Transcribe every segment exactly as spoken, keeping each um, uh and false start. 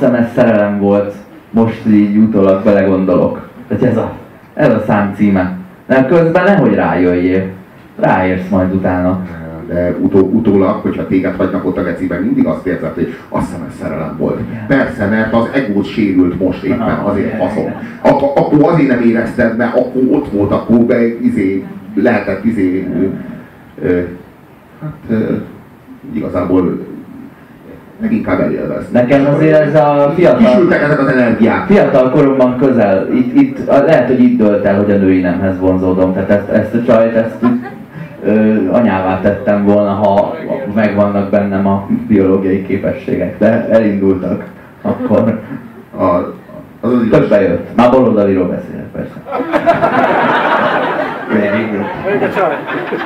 hiszem ez szerelem volt, most így utólag belegondolok. Tehát ez a, ez a szám címe. De közben nehogy rájöjjél. Ráérsz majd utána. De utó, utólag, hogyha téged hagynak ott a geciben, mindig azt érzed, hogy azt hiszem ez szerelem volt. Persze, mert az egót sérült most éppen, azért faszom. Ak akkor azért nem érezted, mert akkor ott volt, akkor be, izé, lehetett izé, ö, ö, hát ö, igazából leginkább elélvezni. Nekem azért ez a fiatal... Kisültek ezek az energiák. Fiatal koromban közel, itt, itt, lehet, hogy itt dölt el, hogy a női nemhez vonzódom. Tehát ezt, ezt a csajt, ezt ö, anyává tettem volna, ha megvannak bennem a biológiai képességek, de elindultak akkor. A, az az Tök bejött. Már baloldaliról beszélek, persze. Még a csaj.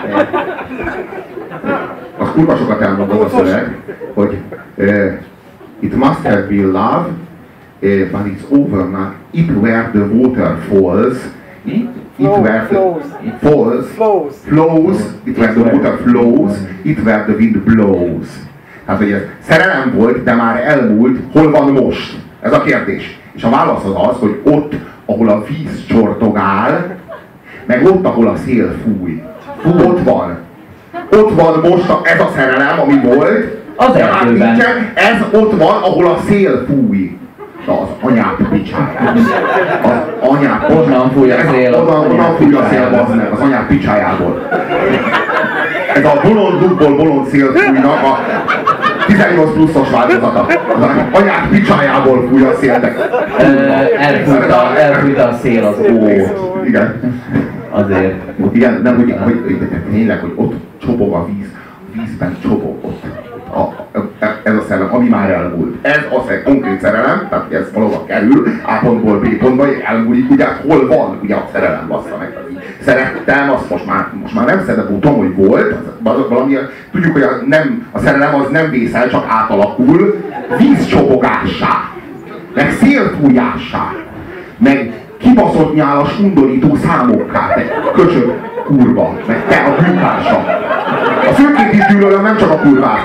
Az kurva sokat elmond az a szöveg, hogy uh, it must have been love, uh, but it's over now. It where the water falls. Mi? It where the falls, Flows. flows, it where the water flows, it where the wind blows. Hát, hogy ez szerelem volt, de már elmúlt, hol van most? Ez a kérdés. És a válasz az az, hogy ott, ahol a víz csortogál, meg ott, ahol a szél fúj. Ott van. Ott van most a, ez a szerelem, ami volt. Az de már erdőben. nincsen, ez ott van, ahol a szél fúj. Na, az anyát picsáját. Az anyát Onnan fúj a szél. Onnan, onnan fúj a szél, bazd meg, az anyát picsájából. Ez a bolond dugból bolond szél fújnak a tizennyolc pluszos változata. Az anyát picsájából fúj a szél. Elfújt a, elfújt a szél az ót. Igen. Azért. Igen, nem, hogy, hogy, hogy tényleg, hogy ott csobog a víz, a vízben csobog ott. A, a, ez a szerelem, ami már elmúlt. Ez a szerelem, konkrét szerelem, tehát ez valahova kerül, A pontból B pontba, elmúlik, ugye hol van ugye a szerelem, bassza meg. Szerettem, azt most már, most már nem szeretem, tudom, hogy volt, az, valami, tudjuk, hogy a, nem, a szerelem az nem vészel, csak átalakul, vízcsobogássá, meg szélfújássá, meg kibaszott nyálas, undorító számokká, te köcsög kurva, meg te a bűntársa. A főként is gyűlölöm, nem csak a kurvát.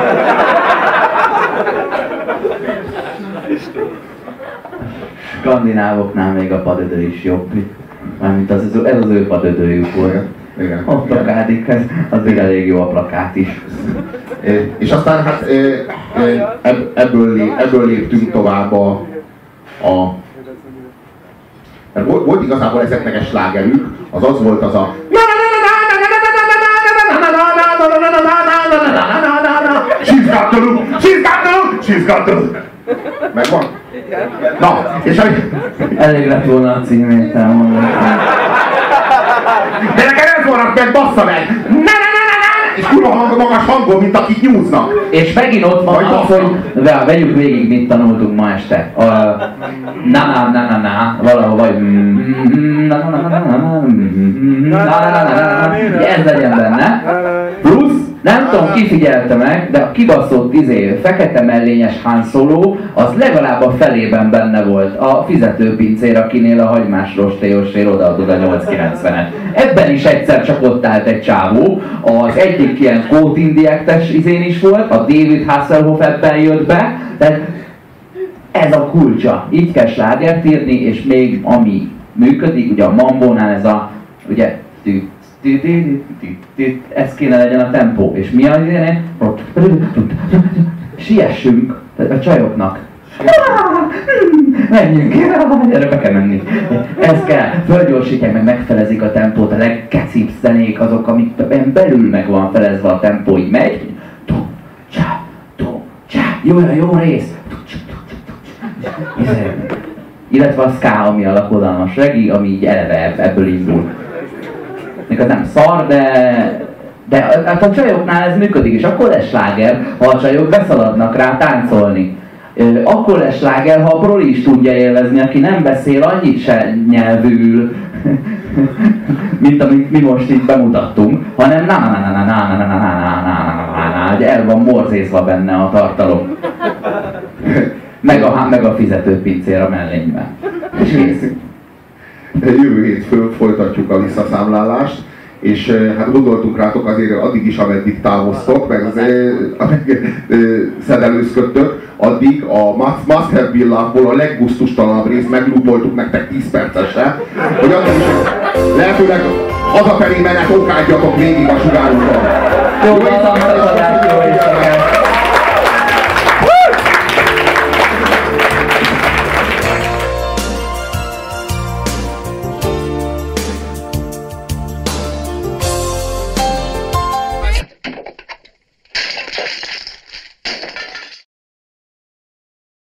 Skandinávoknál még a padödő is jobb. Mármint az, ez az ő padödőjük volt. Igen. A plakádik, ez azért elég jó a plakát is. És aztán hát ebből, lép, ebből léptünk tovább a, a mert volt, volt igazából ezeknek egy slágerük, az az volt az a She's got the look, she's got the look, she's got the look. Megvan? Na, és hogy... Elég lett volna a címét elmondani. De nekem ez vonat meg, bassza meg! Na, na, na, na, na! És kurva hang, magas hangon, mint akik nyúznak. És megint ott van az, hogy vegyük végig, mit tanultunk ma este. A na na na na na, valahol vagy na na na na na na na na, ez legyen benne. Plusz, nem tudom, ki figyelte meg, de a kibaszott izé, fekete mellényes Han Solo, az legalább a felében benne volt a fizetőpincér, akinél a hagymás rostélyossér odaadod a nyolc kilencvenet. Ebben is egyszer csak ott állt egy csávó, az egyik ilyen Code Indiektes izén is volt, a David Hasselhoff ebben jött be, tehát ez a kulcsa. Így kell slágert írni, és még ami működik, ugye a Mambónál ez a, ugye, ez kéne legyen a tempó, és mi az ilyen? Siessünk a csajoknak. Menjünk, erre be kell menni. Ez kell, fölgyorsítják, meg megfelezik a tempót, a legkecibb zenék azok, amik belül meg van felezve a tempó, így megy. Csá, csá, jó, jó rész. Illetve a ska, ami a lakodalmas regi, ami így eleve ebből indul. Még az nem szar, de, de a, a csajoknál ez működik, és akkor lesz sláger, ha a csajok beszaladnak rá táncolni. Akkor lesz sláger, ha a proli is tudja élvezni, aki nem beszél annyit se nyelvül, mint amit mi most itt bemutattunk, hanem na na na na na na na na na na na, hogy el van morzézva benne a tartalom. Meg a, meg a fizetőpincér a mellényben. És kész. Jövő hétfőn folytatjuk a visszaszámlálást, és hát gondoltunk rátok azért addig is, ameddig távoztok, meg ameddig szedelőzködtök, addig a Must, must Have Been Love-ból a leggusztustalanabb részt meglúboltuk nektek tíz percesre, hogy addig is lehetőleg hazafelé menet okádjatok végig a sugárunkon. Jó, van, van, van, van, van, van, van,